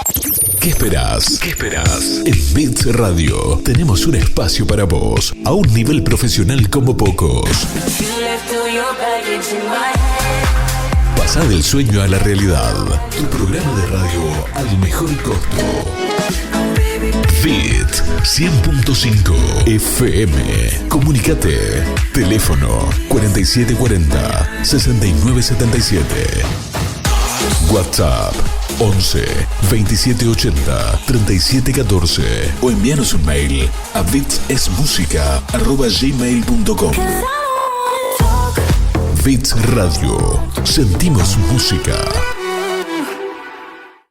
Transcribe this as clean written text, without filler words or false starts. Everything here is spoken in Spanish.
¿Qué esperás? ¿Qué esperás? En Beats Radio tenemos un espacio para vos a un nivel profesional como pocos. Pasá del sueño a la realidad. Tu programa de radio al mejor costo. Beat 100.5 FM. Comunicate. Teléfono 4740-6977. WhatsApp 11 2780 3714 o envíanos un mail a beatsesmusica@gmail.com. Beats Radio. Sentimos música.